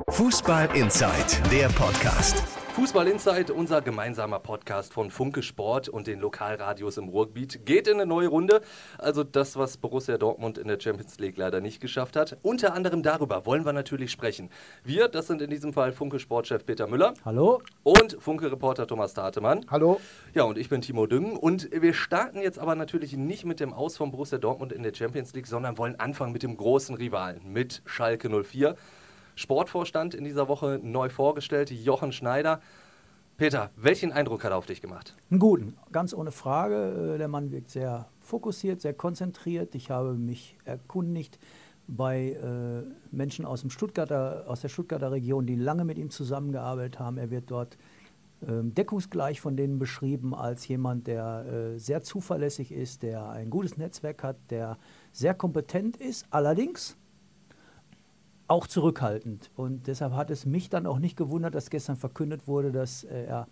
Fußball Inside, der Podcast. Fußball Inside, unser gemeinsamer Podcast von Funke Sport und den Lokalradios im Ruhrgebiet, geht in eine neue Runde. Also das, was Borussia Dortmund in der Champions League leider nicht geschafft hat. Unter anderem darüber wollen wir natürlich sprechen. Wir, das sind in diesem Fall Funke Sportchef Peter Müller. Hallo. Und Funke-Reporter Thomas Tatemann. Hallo. Ja, und ich bin Timo Düngen. Und wir starten jetzt aber natürlich nicht mit dem Aus von Borussia Dortmund in der Champions League, sondern wollen anfangen mit dem großen Rivalen, mit Schalke 04. Sportvorstand in dieser Woche neu vorgestellt, Jochen Schneider. Peter, welchen Eindruck hat er auf dich gemacht? Einen guten, ganz ohne Frage. Der Mann wirkt sehr fokussiert, sehr konzentriert. Ich habe mich erkundigt bei Menschen aus der Stuttgarter Region, die lange mit ihm zusammengearbeitet haben. Er wird dort deckungsgleich von denen beschrieben als jemand, der sehr zuverlässig ist, der ein gutes Netzwerk hat, der sehr kompetent ist, allerdings auch zurückhaltend. Und deshalb hat es mich dann auch nicht gewundert, dass gestern verkündet wurde, dass er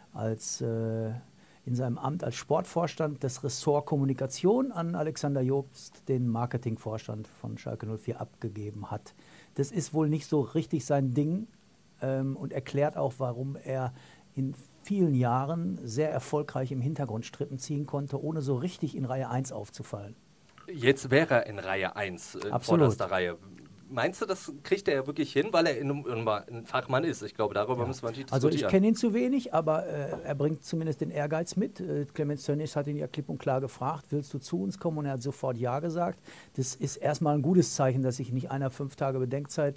in seinem Amt als Sportvorstand das Ressort Kommunikation an Alexander Jobst, den Marketingvorstand von Schalke 04, abgegeben hat. Das ist wohl nicht so richtig sein Ding und erklärt auch, warum er in vielen Jahren sehr erfolgreich im Hintergrund Strippen ziehen konnte, ohne so richtig in Reihe 1 aufzufallen. Jetzt wäre er in Reihe 1, in vorderster Reihe. Meinst du, das kriegt er ja wirklich hin, weil er ein Fachmann ist? Ich glaube, darüber müssen wir nicht diskutieren. Also ich kenne ihn zu wenig, aber er bringt zumindest den Ehrgeiz mit. Clemens Tönnies hat ihn ja klipp und klar gefragt, willst du zu uns kommen? Und er hat sofort Ja gesagt. Das ist erstmal ein gutes Zeichen, dass sich nicht einer 5 Tage Bedenkzeit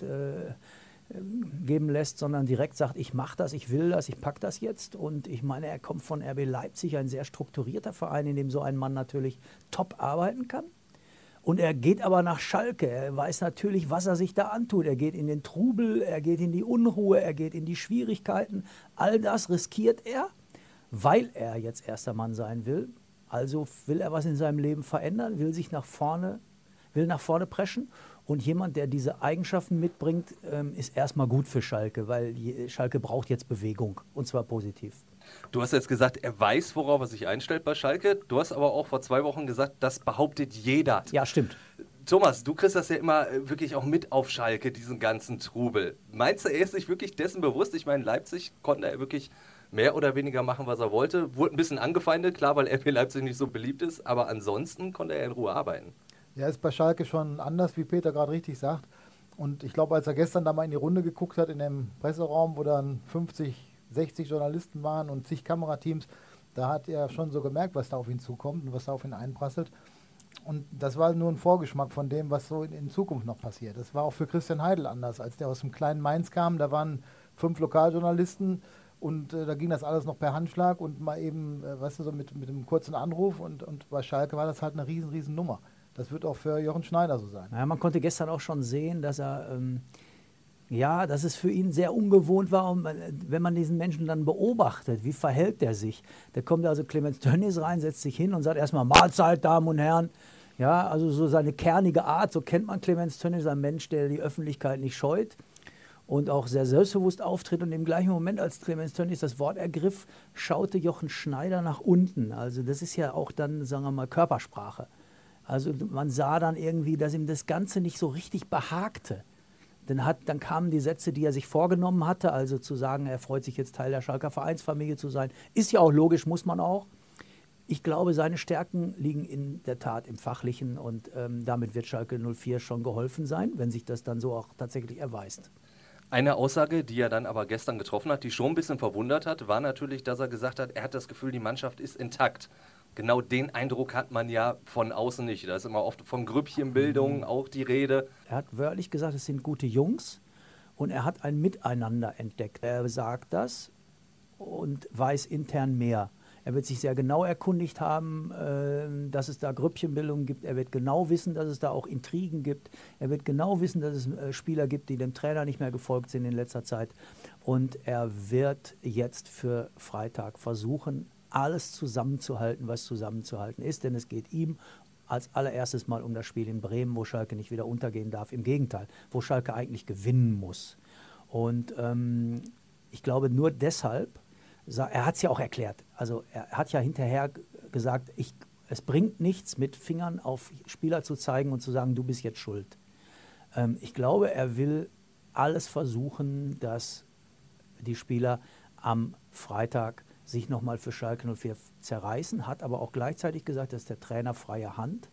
geben lässt, sondern direkt sagt, ich mache das, ich will das, ich packe das jetzt. Und ich meine, er kommt von RB Leipzig, ein sehr strukturierter Verein, in dem so ein Mann natürlich top arbeiten kann. Und er geht aber nach Schalke. Er weiß natürlich, was er sich da antut. Er geht in den Trubel, er geht in die Unruhe, er geht in die Schwierigkeiten. All das riskiert er, weil er jetzt erster Mann sein will. Also will er was in seinem Leben verändern, will nach vorne preschen. Und jemand, der diese Eigenschaften mitbringt, ist erstmal gut für Schalke, weil Schalke braucht jetzt Bewegung, und zwar positiv. Du hast jetzt gesagt, er weiß, worauf er sich einstellt bei Schalke. Du hast aber auch vor 2 Wochen gesagt, das behauptet jeder. Ja, stimmt. Thomas, du kriegst das ja immer wirklich auch mit auf Schalke, diesen ganzen Trubel. Meinst du, er ist sich wirklich dessen bewusst? Ich meine, in Leipzig konnte er wirklich mehr oder weniger machen, was er wollte. Wurde ein bisschen angefeindet, klar, weil RB Leipzig nicht so beliebt ist. Aber ansonsten konnte er in Ruhe arbeiten. Ja, ist bei Schalke schon anders, wie Peter gerade richtig sagt. Und ich glaube, als er gestern da mal in die Runde geguckt hat, in dem Presseraum, wo dann 60 Journalisten waren und zig Kamerateams, da hat er schon so gemerkt, was da auf ihn zukommt und was da auf ihn einprasselt. Und das war nur ein Vorgeschmack von dem, was so in Zukunft noch passiert. Das war auch für Christian Heidel anders. Als der aus dem kleinen Mainz kam, da waren 5 Lokaljournalisten und da ging das alles noch per Handschlag und mal eben, weißt du, so mit einem kurzen Anruf und bei Schalke war das halt eine riesen Nummer. Das wird auch für Jochen Schneider so sein. Ja, man konnte gestern auch schon sehen, dass er dass es für ihn sehr ungewohnt war, und wenn man diesen Menschen dann beobachtet, wie verhält der sich? Da kommt also Clemens Tönnies rein, setzt sich hin und sagt erstmal Mahlzeit, Damen und Herren. Ja, also so seine kernige Art, so kennt man Clemens Tönnies, ein Mensch, der die Öffentlichkeit nicht scheut und auch sehr selbstbewusst auftritt. Und im gleichen Moment, als Clemens Tönnies das Wort ergriff, schaute Jochen Schneider nach unten. Also das ist ja auch dann, sagen wir mal, Körpersprache. Also man sah dann irgendwie, dass ihm das Ganze nicht so richtig behagte. Dann kamen die Sätze, die er sich vorgenommen hatte, also zu sagen, er freut sich jetzt Teil der Schalker Vereinsfamilie zu sein. Ist ja auch logisch, muss man auch. Ich glaube, seine Stärken liegen in der Tat im Fachlichen und damit wird Schalke 04 schon geholfen sein, wenn sich das dann so auch tatsächlich erweist. Eine Aussage, die er dann aber gestern getroffen hat, die schon ein bisschen verwundert hat, war natürlich, dass er gesagt hat, er hat das Gefühl, die Mannschaft ist intakt. Genau den Eindruck hat man ja von außen nicht. Da ist immer oft von Grüppchenbildung auch die Rede. Er hat wörtlich gesagt, es sind gute Jungs und er hat ein Miteinander entdeckt. Er sagt das und weiß intern mehr. Er wird sich sehr genau erkundigt haben, dass es da Grüppchenbildung gibt. Er wird genau wissen, dass es da auch Intrigen gibt. Er wird genau wissen, dass es Spieler gibt, die dem Trainer nicht mehr gefolgt sind in letzter Zeit. Und er wird jetzt für Freitag versuchen, alles zusammenzuhalten, was zusammenzuhalten ist. Denn es geht ihm als allererstes mal um das Spiel in Bremen, wo Schalke nicht wieder untergehen darf. Im Gegenteil, wo Schalke eigentlich gewinnen muss. Und ich glaube, nur deshalb, er hat es ja auch erklärt, also er hat ja hinterher gesagt, es bringt nichts, mit Fingern auf Spieler zu zeigen und zu sagen, du bist jetzt schuld. Ich glaube, er will alles versuchen, dass die Spieler am Freitag sich nochmal für Schalke 04 zerreißen, hat aber auch gleichzeitig gesagt, dass der Trainer freie Hand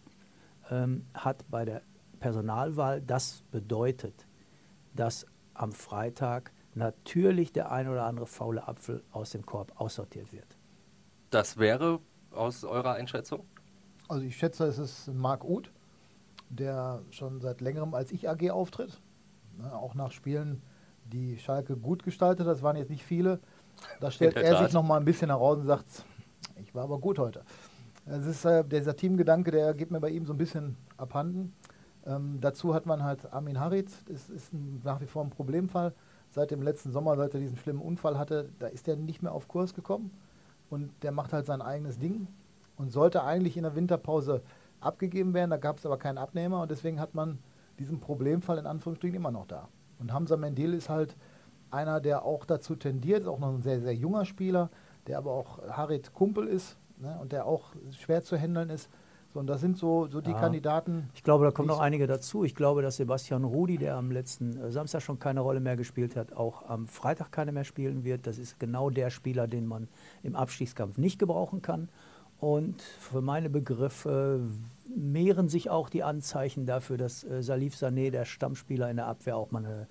hat bei der Personalwahl. Das bedeutet, dass am Freitag natürlich der ein oder andere faule Apfel aus dem Korb aussortiert wird. Das wäre aus eurer Einschätzung? Also ich schätze, es ist Marc Uth, der schon seit längerem als Ich-AG auftritt. Ne, auch nach Spielen, die Schalke gut gestaltet hat, das waren jetzt nicht viele. Da stellt er sich noch mal ein bisschen heraus und sagt, ich war aber gut heute. Das ist dieser Teamgedanke, der geht mir bei ihm so ein bisschen abhanden. Dazu hat man halt Amin Harit, das ist nach wie vor ein Problemfall. Seit dem letzten Sommer, seit er diesen schlimmen Unfall hatte, da ist er nicht mehr auf Kurs gekommen. Und der macht halt sein eigenes Ding und sollte eigentlich in der Winterpause abgegeben werden. Da gab es aber keinen Abnehmer und deswegen hat man diesen Problemfall in Anführungsstrichen immer noch da. Und Hamza Mendil ist halt einer, der auch dazu tendiert, ist auch noch ein sehr, sehr junger Spieler, der aber auch Harit Kumpel ist, ne, und der auch schwer zu handeln ist. So, und das sind so die Kandidaten. Ich glaube, da kommen noch einige dazu. Ich glaube, dass Sebastian Rudi, der am letzten Samstag schon keine Rolle mehr gespielt hat, auch am Freitag keine mehr spielen wird. Das ist genau der Spieler, den man im Abstiegskampf nicht gebrauchen kann. Und für meine Begriffe mehren sich auch die Anzeichen dafür, dass Salif Sané, der Stammspieler in der Abwehr, auch mal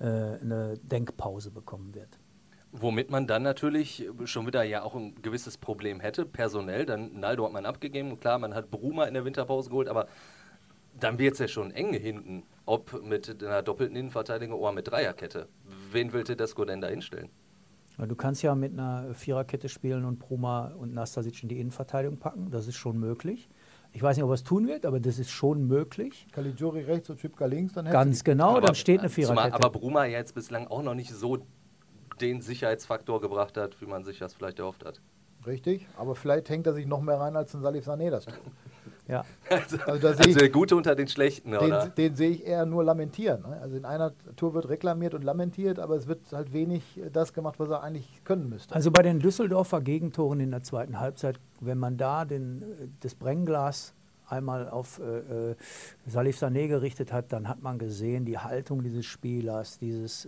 eine Denkpause bekommen wird. Womit man dann natürlich schon wieder ja auch ein gewisses Problem hätte, personell. Dann Naldo hat man abgegeben, klar, man hat Bruma in der Winterpause geholt, aber dann wird es ja schon eng hinten. Ob mit einer doppelten Innenverteidigung oder mit Dreierkette. Wen will Tedesco denn da hinstellen? Du kannst ja mit einer Viererkette spielen und Bruma und Nastasic in die Innenverteidigung packen. Das ist schon möglich. Ich weiß nicht, ob er es tun wird, aber das ist schon möglich. Caligiuri rechts und Schipka links, dann ganz genau, aber, dann steht eine Viererkette. Aber Bruma ja jetzt bislang auch noch nicht so den Sicherheitsfaktor gebracht hat, wie man sich das vielleicht erhofft hat. Richtig, aber vielleicht hängt er sich noch mehr rein, als ein Salif Sané das tut. Ja. Also der Gute unter den Schlechten, oder? Den sehe ich eher nur lamentieren. Ne? Also in einer Tour wird reklamiert und lamentiert, aber es wird halt wenig das gemacht, was er eigentlich können müsste. Also bei den Düsseldorfer Gegentoren in der zweiten Halbzeit, wenn man da das Brennglas einmal auf Salif Sané gerichtet hat, dann hat man gesehen, die Haltung dieses Spielers,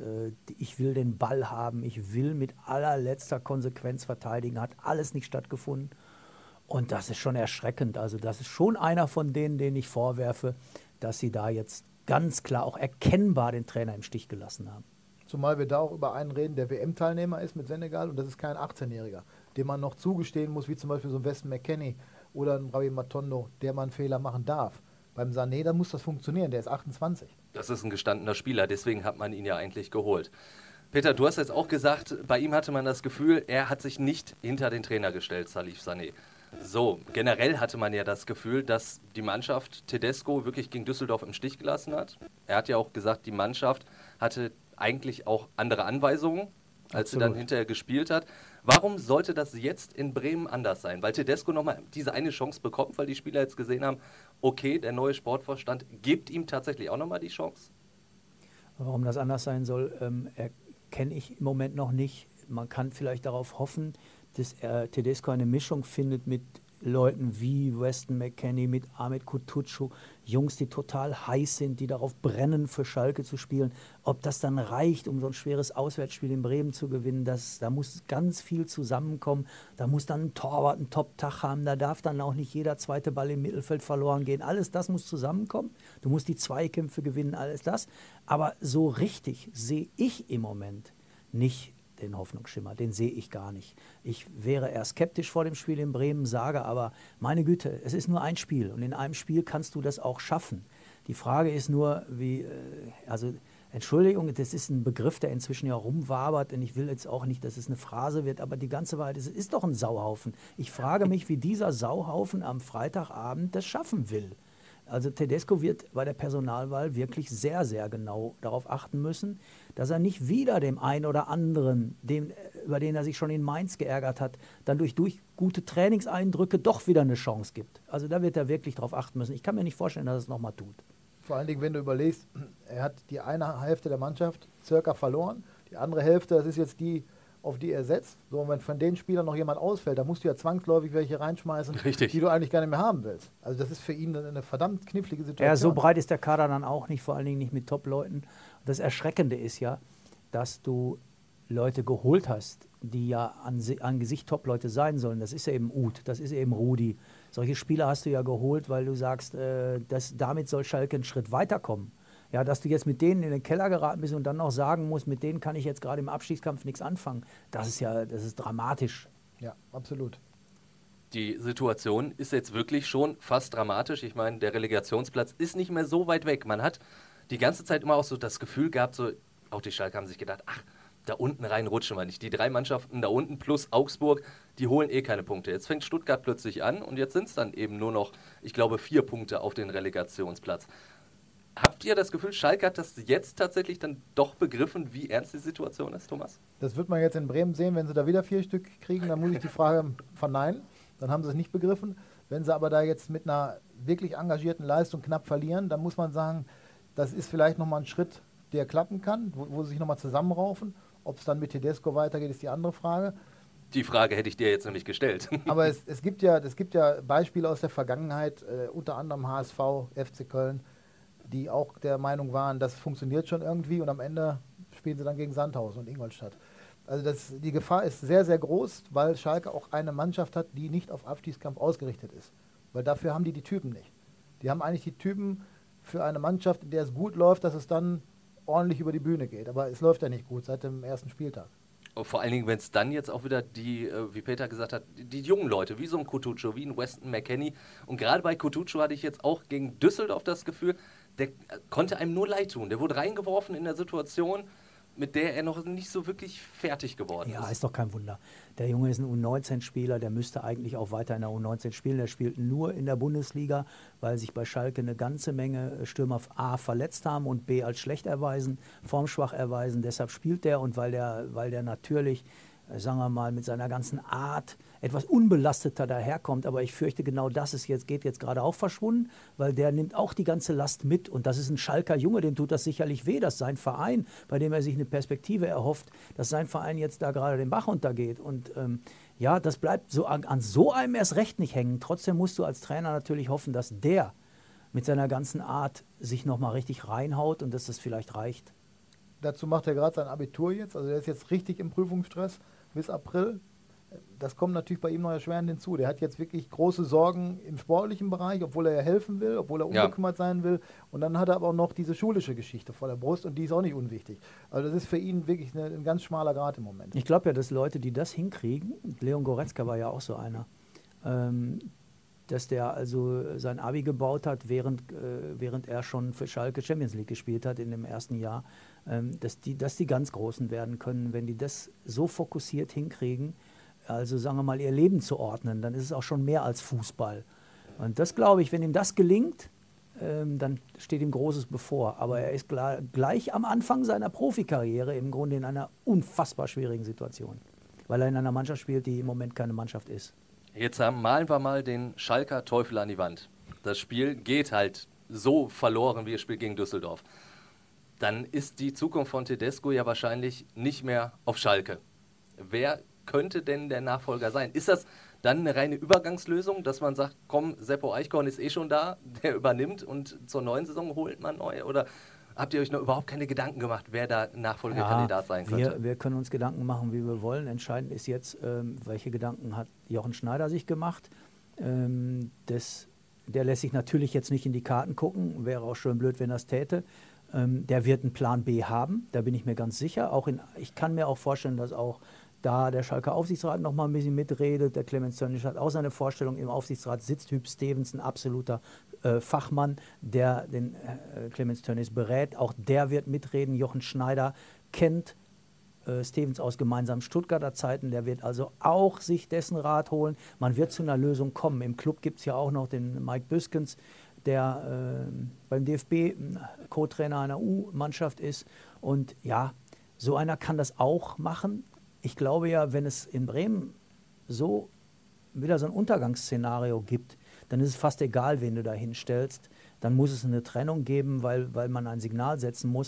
ich will den Ball haben, ich will mit allerletzter Konsequenz verteidigen, hat alles nicht stattgefunden. Und das ist schon erschreckend. Also das ist schon einer von denen ich vorwerfe, dass sie da jetzt ganz klar auch erkennbar den Trainer im Stich gelassen haben. Zumal wir da auch über einen reden, der WM-Teilnehmer ist mit Senegal und das ist kein 18-Jähriger, dem man noch zugestehen muss, wie zum Beispiel so ein Weston McKennie oder ein Rabi Matondo, der man Fehler machen darf. Beim Sané, da muss das funktionieren, der ist 28. Das ist ein gestandener Spieler, deswegen hat man ihn ja eigentlich geholt. Peter, du hast jetzt auch gesagt, bei ihm hatte man das Gefühl, er hat sich nicht hinter den Trainer gestellt, Salif Sané. So, generell hatte man ja das Gefühl, dass die Mannschaft Tedesco wirklich gegen Düsseldorf im Stich gelassen hat. Er hat ja auch gesagt, die Mannschaft hatte eigentlich auch andere Anweisungen, als sie dann hinterher gespielt hat. Warum sollte das jetzt in Bremen anders sein? Weil Tedesco nochmal diese eine Chance bekommt, weil die Spieler jetzt gesehen haben, okay, der neue Sportvorstand gibt ihm tatsächlich auch nochmal die Chance? Warum das anders sein soll, erkenne ich im Moment noch nicht. Man kann vielleicht darauf hoffen, dass Tedesco eine Mischung findet mit Leuten wie Weston McKennie, mit Ahmed Kutucu, Jungs, die total heiß sind, die darauf brennen, für Schalke zu spielen. Ob das dann reicht, um so ein schweres Auswärtsspiel in Bremen zu gewinnen, da muss ganz viel zusammenkommen. Da muss dann ein Torwart einen Top-Tag haben, da darf dann auch nicht jeder zweite Ball im Mittelfeld verloren gehen. Alles das muss zusammenkommen. Du musst die Zweikämpfe gewinnen, alles das. Aber so richtig sehe ich im Moment nicht den Hoffnungsschimmer, den sehe ich gar nicht. Ich wäre eher skeptisch vor dem Spiel in Bremen, sage aber, meine Güte, es ist nur ein Spiel und in einem Spiel kannst du das auch schaffen. Die Frage ist nur, Entschuldigung, das ist ein Begriff, der inzwischen ja rumwabert und ich will jetzt auch nicht, dass es eine Phrase wird, aber die ganze Wahrheit ist, es ist doch ein Sauhaufen. Ich frage mich, wie dieser Sauhaufen am Freitagabend das schaffen will. Also Tedesco wird bei der Personalwahl wirklich sehr, sehr genau darauf achten müssen, dass er nicht wieder dem einen oder anderen, über den er sich schon in Mainz geärgert hat, dann durch gute Trainingseindrücke doch wieder eine Chance gibt. Also da wird er wirklich darauf achten müssen. Ich kann mir nicht vorstellen, dass er es nochmal tut. Vor allen Dingen, wenn du überlegst, er hat die eine Hälfte der Mannschaft circa verloren. Die andere Hälfte, das ist jetzt die, auf die er setzt. So, und wenn von den Spielern noch jemand ausfällt, da musst du ja zwangsläufig welche reinschmeißen, Richtig. die du eigentlich gar nicht mehr haben willst. Also das ist für ihn eine verdammt knifflige Situation. Ja, so breit ist der Kader dann auch nicht, vor allen Dingen nicht mit Top-Leuten. Das Erschreckende ist ja, dass du Leute geholt hast, die ja an Gesicht Top-Leute sein sollen. Das ist ja eben Uth, das ist eben Rudi. Solche Spieler hast du ja geholt, weil du sagst, damit soll Schalke einen Schritt weiterkommen. Ja, dass du jetzt mit denen in den Keller geraten bist und dann noch sagen musst, mit denen kann ich jetzt gerade im Abstiegskampf nichts anfangen. Das ist dramatisch. Ja, absolut. Die Situation ist jetzt wirklich schon fast dramatisch. Ich meine, der Relegationsplatz ist nicht mehr so weit weg. Man hat die ganze Zeit immer auch so das Gefühl gehabt, so, auch die Schalke haben sich gedacht, ach, da unten reinrutschen wir nicht. Die 3 Mannschaften da unten plus Augsburg, die holen eh keine Punkte. Jetzt fängt Stuttgart plötzlich an und jetzt sind es dann eben nur noch, ich glaube, 4 Punkte auf den Relegationsplatz. Habt ihr das Gefühl, Schalke hat das jetzt tatsächlich dann doch begriffen, wie ernst die Situation ist, Thomas? Das wird man jetzt in Bremen sehen, wenn sie da wieder 4 Stück kriegen, dann muss ich die Frage verneinen. Dann haben sie es nicht begriffen. Wenn sie aber da jetzt mit einer wirklich engagierten Leistung knapp verlieren, dann muss man sagen, das ist vielleicht nochmal ein Schritt, der klappen kann, wo sie sich nochmal zusammenraufen. Ob es dann mit Tedesco weitergeht, ist die andere Frage. Die Frage hätte ich dir jetzt nämlich gestellt. Aber es gibt ja Beispiele aus der Vergangenheit, unter anderem HSV, FC Köln, die auch der Meinung waren, das funktioniert schon irgendwie und am Ende spielen sie dann gegen Sandhausen und Ingolstadt. Also die Gefahr ist sehr, sehr groß, weil Schalke auch eine Mannschaft hat, die nicht auf Abstiegskampf ausgerichtet ist. Weil dafür haben die Typen nicht. Die haben eigentlich die Typen für eine Mannschaft, in der es gut läuft, dass es dann ordentlich über die Bühne geht. Aber es läuft ja nicht gut seit dem ersten Spieltag. Vor allen Dingen, wenn es dann jetzt auch wieder die, wie Peter gesagt hat, die jungen Leute, wie so ein Kutucu, wie ein Weston McKennie. Und gerade bei Kutucu hatte ich jetzt auch gegen Düsseldorf das Gefühl, der konnte einem nur leid tun. Der wurde reingeworfen in der Situation, mit der er noch nicht so wirklich fertig geworden ist. Ja, ist doch kein Wunder. Der Junge ist ein U19-Spieler, der müsste eigentlich auch weiter in der U19 spielen. Der spielt nur in der Bundesliga, weil sich bei Schalke eine ganze Menge Stürmer A verletzt haben und B als schlecht erweisen, formschwach erweisen. Deshalb spielt der und weil der natürlich, sagen wir mal, mit seiner ganzen Art etwas unbelasteter daherkommt. Aber ich fürchte, genau das geht jetzt gerade auch verschwunden, weil der nimmt auch die ganze Last mit. Und das ist ein Schalker Junge, dem tut das sicherlich weh, dass sein Verein, bei dem er sich eine Perspektive erhofft, dass sein Verein jetzt da gerade den Bach runtergeht. Und ja, das bleibt so an so einem erst recht nicht hängen. Trotzdem musst du als Trainer natürlich hoffen, dass der mit seiner ganzen Art sich nochmal richtig reinhaut und dass das vielleicht reicht. Dazu macht er gerade sein Abitur jetzt. Also er ist jetzt richtig im Prüfungsstress bis April. Das kommt natürlich bei ihm noch erschwerend hinzu. Der hat jetzt wirklich große Sorgen im sportlichen Bereich, obwohl er ja helfen will, obwohl er unbekümmert sein will. Und dann hat er aber auch noch diese schulische Geschichte vor der Brust und die ist auch nicht unwichtig. Also das ist für ihn wirklich ein ganz schmaler Grat im Moment. Ich glaube ja, dass Leute, die das hinkriegen, Leon Goretzka war ja auch so einer, dass der also sein Abi gebaut hat, während er schon für Schalke Champions League gespielt hat in dem ersten Jahr, dass die ganz Großen werden können, wenn die das so fokussiert hinkriegen, also sagen wir mal ihr Leben zu ordnen, dann ist es auch schon mehr als Fußball. Und das glaube ich, wenn ihm das gelingt, dann steht ihm Großes bevor. Aber er ist gleich am Anfang seiner Profikarriere im Grunde in einer unfassbar schwierigen Situation, weil er in einer Mannschaft spielt, die im Moment keine Mannschaft ist. Jetzt malen wir mal den Schalker Teufel an die Wand. Das Spiel geht halt so verloren wie das Spiel gegen Düsseldorf. Dann ist die Zukunft von Tedesco ja wahrscheinlich nicht mehr auf Schalke. Wer könnte denn der Nachfolger sein? Ist das dann eine reine Übergangslösung, dass man sagt, komm, Seppo Eichhorn ist eh schon da, der übernimmt und zur neuen Saison holt man neu? Oder habt ihr euch noch überhaupt keine Gedanken gemacht, wer da Nachfolgekandidat sein könnte? Wir können uns Gedanken machen, wie wir wollen. Entscheidend ist jetzt, welche Gedanken hat Jochen Schneider sich gemacht. Der lässt sich natürlich jetzt nicht in die Karten gucken. Wäre auch schön blöd, wenn er das täte. Der wird einen Plan B haben, da bin ich mir ganz sicher. Ich kann mir auch vorstellen, dass auch da der Schalker Aufsichtsrat noch mal ein bisschen mitredet. Der Clemens Tönnies hat auch seine Vorstellung. Im Aufsichtsrat sitzt Hüb Stevens, ein absoluter Fachmann, der den Clemens Tönnies berät. Auch der wird mitreden. Jochen Schneider kennt Stevens aus gemeinsamen Stuttgarter Zeiten. Der wird also auch sich dessen Rat holen. Man wird zu einer Lösung kommen. Im Club gibt es ja auch noch den Mike Büskens, der beim DFB Co-Trainer einer U-Mannschaft ist. Und ja, so einer kann das auch machen. Ich glaube ja, wenn es in Bremen so wieder so ein Untergangsszenario gibt, dann ist es fast egal, wen du da hinstellst. Dann muss es eine Trennung geben, weil man ein Signal setzen muss.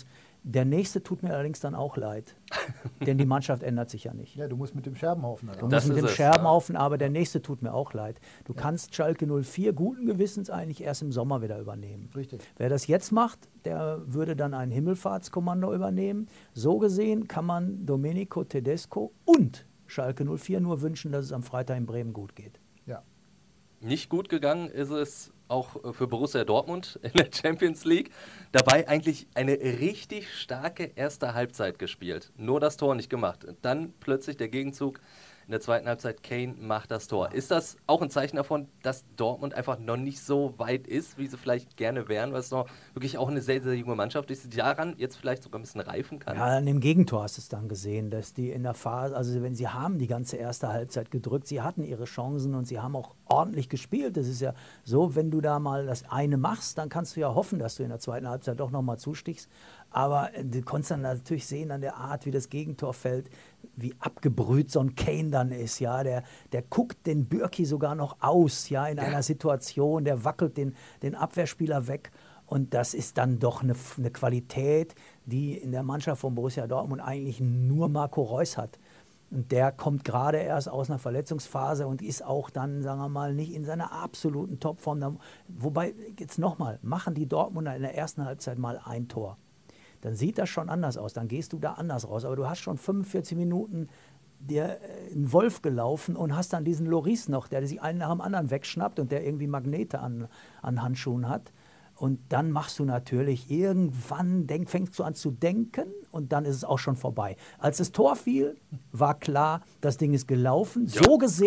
Der nächste tut mir allerdings dann auch leid, denn die Mannschaft ändert sich ja nicht. Ja, du musst mit dem Scherbenhaufen Du dann. musst mit ist dem es, Scherbenhaufen, aber der nächste tut mir auch leid. Du kannst Schalke 04 guten Gewissens eigentlich erst im Sommer wieder übernehmen. Richtig. Wer das jetzt macht, der würde dann ein Himmelfahrtskommando übernehmen. So gesehen kann man Domenico Tedesco und Schalke 04 nur wünschen, dass es am Freitag in Bremen gut geht. Ja. Nicht gut gegangen ist es auch für Borussia Dortmund in der Champions League. Dabei eigentlich eine richtig starke erste Halbzeit gespielt. Nur das Tor nicht gemacht. Dann plötzlich der Gegenzug in der zweiten Halbzeit. Kane macht das Tor. Ist das auch ein Zeichen davon, dass Dortmund einfach noch nicht so weit ist, wie sie vielleicht gerne wären, weil es noch wirklich auch eine sehr, sehr junge Mannschaft ist, die daran jetzt vielleicht sogar ein bisschen reifen kann? Ja, an dem Gegentor hast du es dann gesehen, dass die in der Phase, also wenn sie haben die ganze erste Halbzeit gedrückt, sie hatten ihre Chancen und sie haben auch ordentlich gespielt. Das ist ja so, wenn du da mal das eine machst, dann kannst du ja hoffen, dass du in der zweiten Halbzeit doch nochmal zustichst. Aber du konntest dann natürlich sehen an der Art, wie das Gegentor fällt, wie abgebrüht so ein Kane dann ist. Ja? Der guckt den Bürki sogar noch aus, ja, in einer Situation, der wackelt den Abwehrspieler weg. Und das ist dann doch eine Qualität, die in der Mannschaft von Borussia Dortmund eigentlich nur Marco Reus hat. Und der kommt gerade erst aus einer Verletzungsphase und ist auch dann, sagen wir mal, nicht in seiner absoluten Topform. Wobei, jetzt nochmal, machen die Dortmunder in der ersten Halbzeit mal ein Tor. Dann sieht das schon anders aus, dann gehst du da anders raus. Aber du hast schon 45 Minuten dir einen Wolf gelaufen und hast dann diesen Loris noch, der sich einen nach dem anderen wegschnappt und der irgendwie Magnete an Handschuhen hat. Und dann machst du natürlich irgendwann, fängst du an zu denken und dann ist es auch schon vorbei. Als das Tor fiel, war klar, das Ding ist gelaufen. Ja.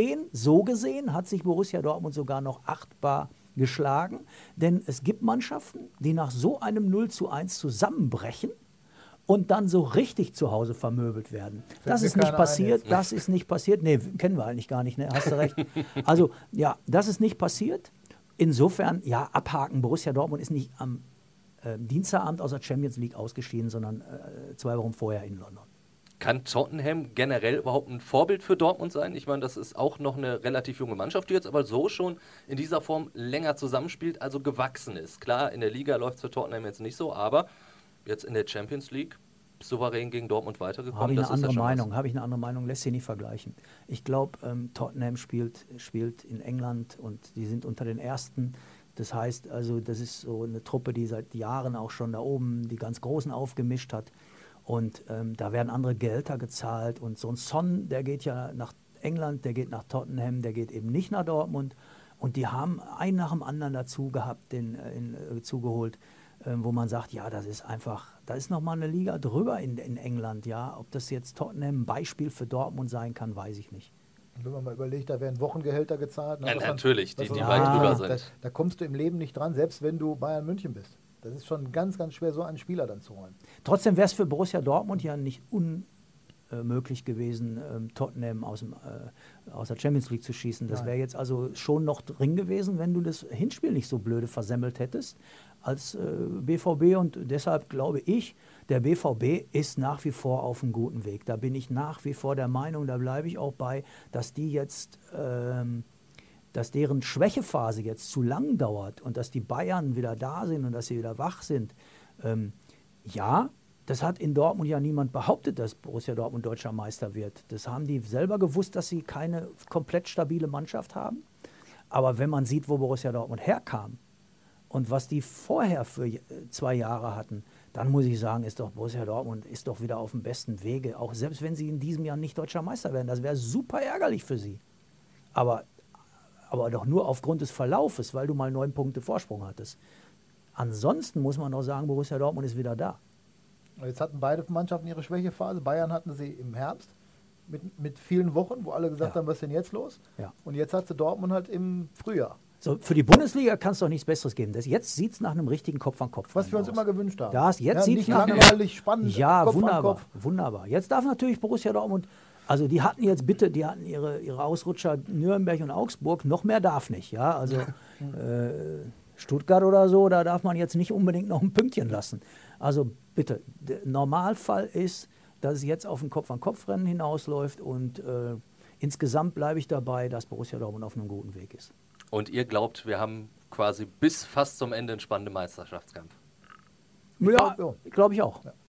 So gesehen hat sich Borussia Dortmund sogar noch achtbar geschlagen. Denn es gibt Mannschaften, die nach so einem 0:1 zusammenbrechen und dann so richtig zu Hause vermöbelt werden. Das ist nicht passiert, das ist nicht passiert. Nee, kennen wir eigentlich gar nicht, ne? Hast du recht. Also, ja, das ist nicht passiert. Insofern, ja, abhaken. Borussia Dortmund ist nicht am Dienstagabend aus der Champions League ausgeschieden, sondern 2 Wochen vorher in London. Kann Tottenham generell überhaupt ein Vorbild für Dortmund sein? Ich meine, das ist auch noch eine relativ junge Mannschaft, die jetzt aber so schon in dieser Form länger zusammenspielt, also gewachsen ist. Klar, in der Liga läuft es für Tottenham jetzt nicht so, aber jetzt in der Champions League souverän gegen Dortmund weitergekommen. Habe ich eine andere Meinung, lässt sich nicht vergleichen. Ich glaube, Tottenham spielt in England und die sind unter den Ersten. Das heißt, also das ist so eine Truppe, die seit Jahren auch schon da oben die ganz Großen aufgemischt hat. Und da werden andere Gehälter gezahlt. Und so ein Son, der geht ja nach England, der geht nach Tottenham, der geht eben nicht nach Dortmund. Und die haben einen nach dem anderen dazu gehabt, zugeholt, wo man sagt, ja, das ist einfach, da ist nochmal eine Liga drüber in England. Ja, ob das jetzt Tottenham ein Beispiel für Dortmund sein kann, weiß ich nicht. Und wenn man mal überlegt, da werden Wochengehälter gezahlt. Ja, natürlich, die was weit drüber sind. Da kommst du im Leben nicht dran, selbst wenn du Bayern München bist. Das ist schon ganz, ganz schwer, so einen Spieler dann zu holen. Trotzdem wäre es für Borussia Dortmund ja nicht unmöglich gewesen, Tottenham aus der Champions League zu schießen. Das wäre jetzt also schon noch drin gewesen, wenn du das Hinspiel nicht so blöde versemmelt hättest als BVB. Und deshalb glaube ich, der BVB ist nach wie vor auf einem guten Weg. Da bin ich nach wie vor der Meinung, da bleibe ich auch bei, dass die jetzt... dass deren Schwächephase jetzt zu lang dauert und dass die Bayern wieder da sind und dass sie wieder wach sind. Ja, das hat in Dortmund ja niemand behauptet, dass Borussia Dortmund deutscher Meister wird. Das haben die selber gewusst, dass sie keine komplett stabile Mannschaft haben. Aber wenn man sieht, wo Borussia Dortmund herkam und was die vorher für 2 Jahre hatten, dann muss ich sagen, ist doch Borussia Dortmund ist doch wieder auf dem besten Wege. Auch selbst wenn sie in diesem Jahr nicht deutscher Meister werden, das wäre super ärgerlich für sie. Aber doch nur aufgrund des Verlaufes, weil du mal 9 Punkte Vorsprung hattest. Ansonsten muss man doch sagen, Borussia Dortmund ist wieder da. Jetzt hatten beide Mannschaften ihre Schwächephase. Bayern hatten sie im Herbst mit vielen Wochen, wo alle gesagt haben, was ist denn jetzt los? Ja. Und jetzt hat sie Dortmund halt im Frühjahr. So, für die Bundesliga kann es doch nichts Besseres geben. Jetzt sieht es nach einem richtigen Kopf-an-Kopf Was wir uns aus. immer gewünscht haben. Jetzt sieht es nicht nach einem... langweilig, spannend, Ja, Kopf an wunderbar, Kopf. wunderbar. Jetzt darf natürlich Borussia Dortmund... Also die hatten ihre Ausrutscher Nürnberg und Augsburg, noch mehr darf nicht. Ja? Also Stuttgart oder so, da darf man jetzt nicht unbedingt noch ein Pünktchen lassen. Also bitte, der Normalfall ist, dass es jetzt auf ein Kopf-an-Kopf-Rennen hinausläuft und insgesamt bleibe ich dabei, dass Borussia Dortmund auf einem guten Weg ist. Und ihr glaubt, wir haben quasi bis fast zum Ende einen spannenden Meisterschaftskampf? Ja, glaube ich auch. Ja.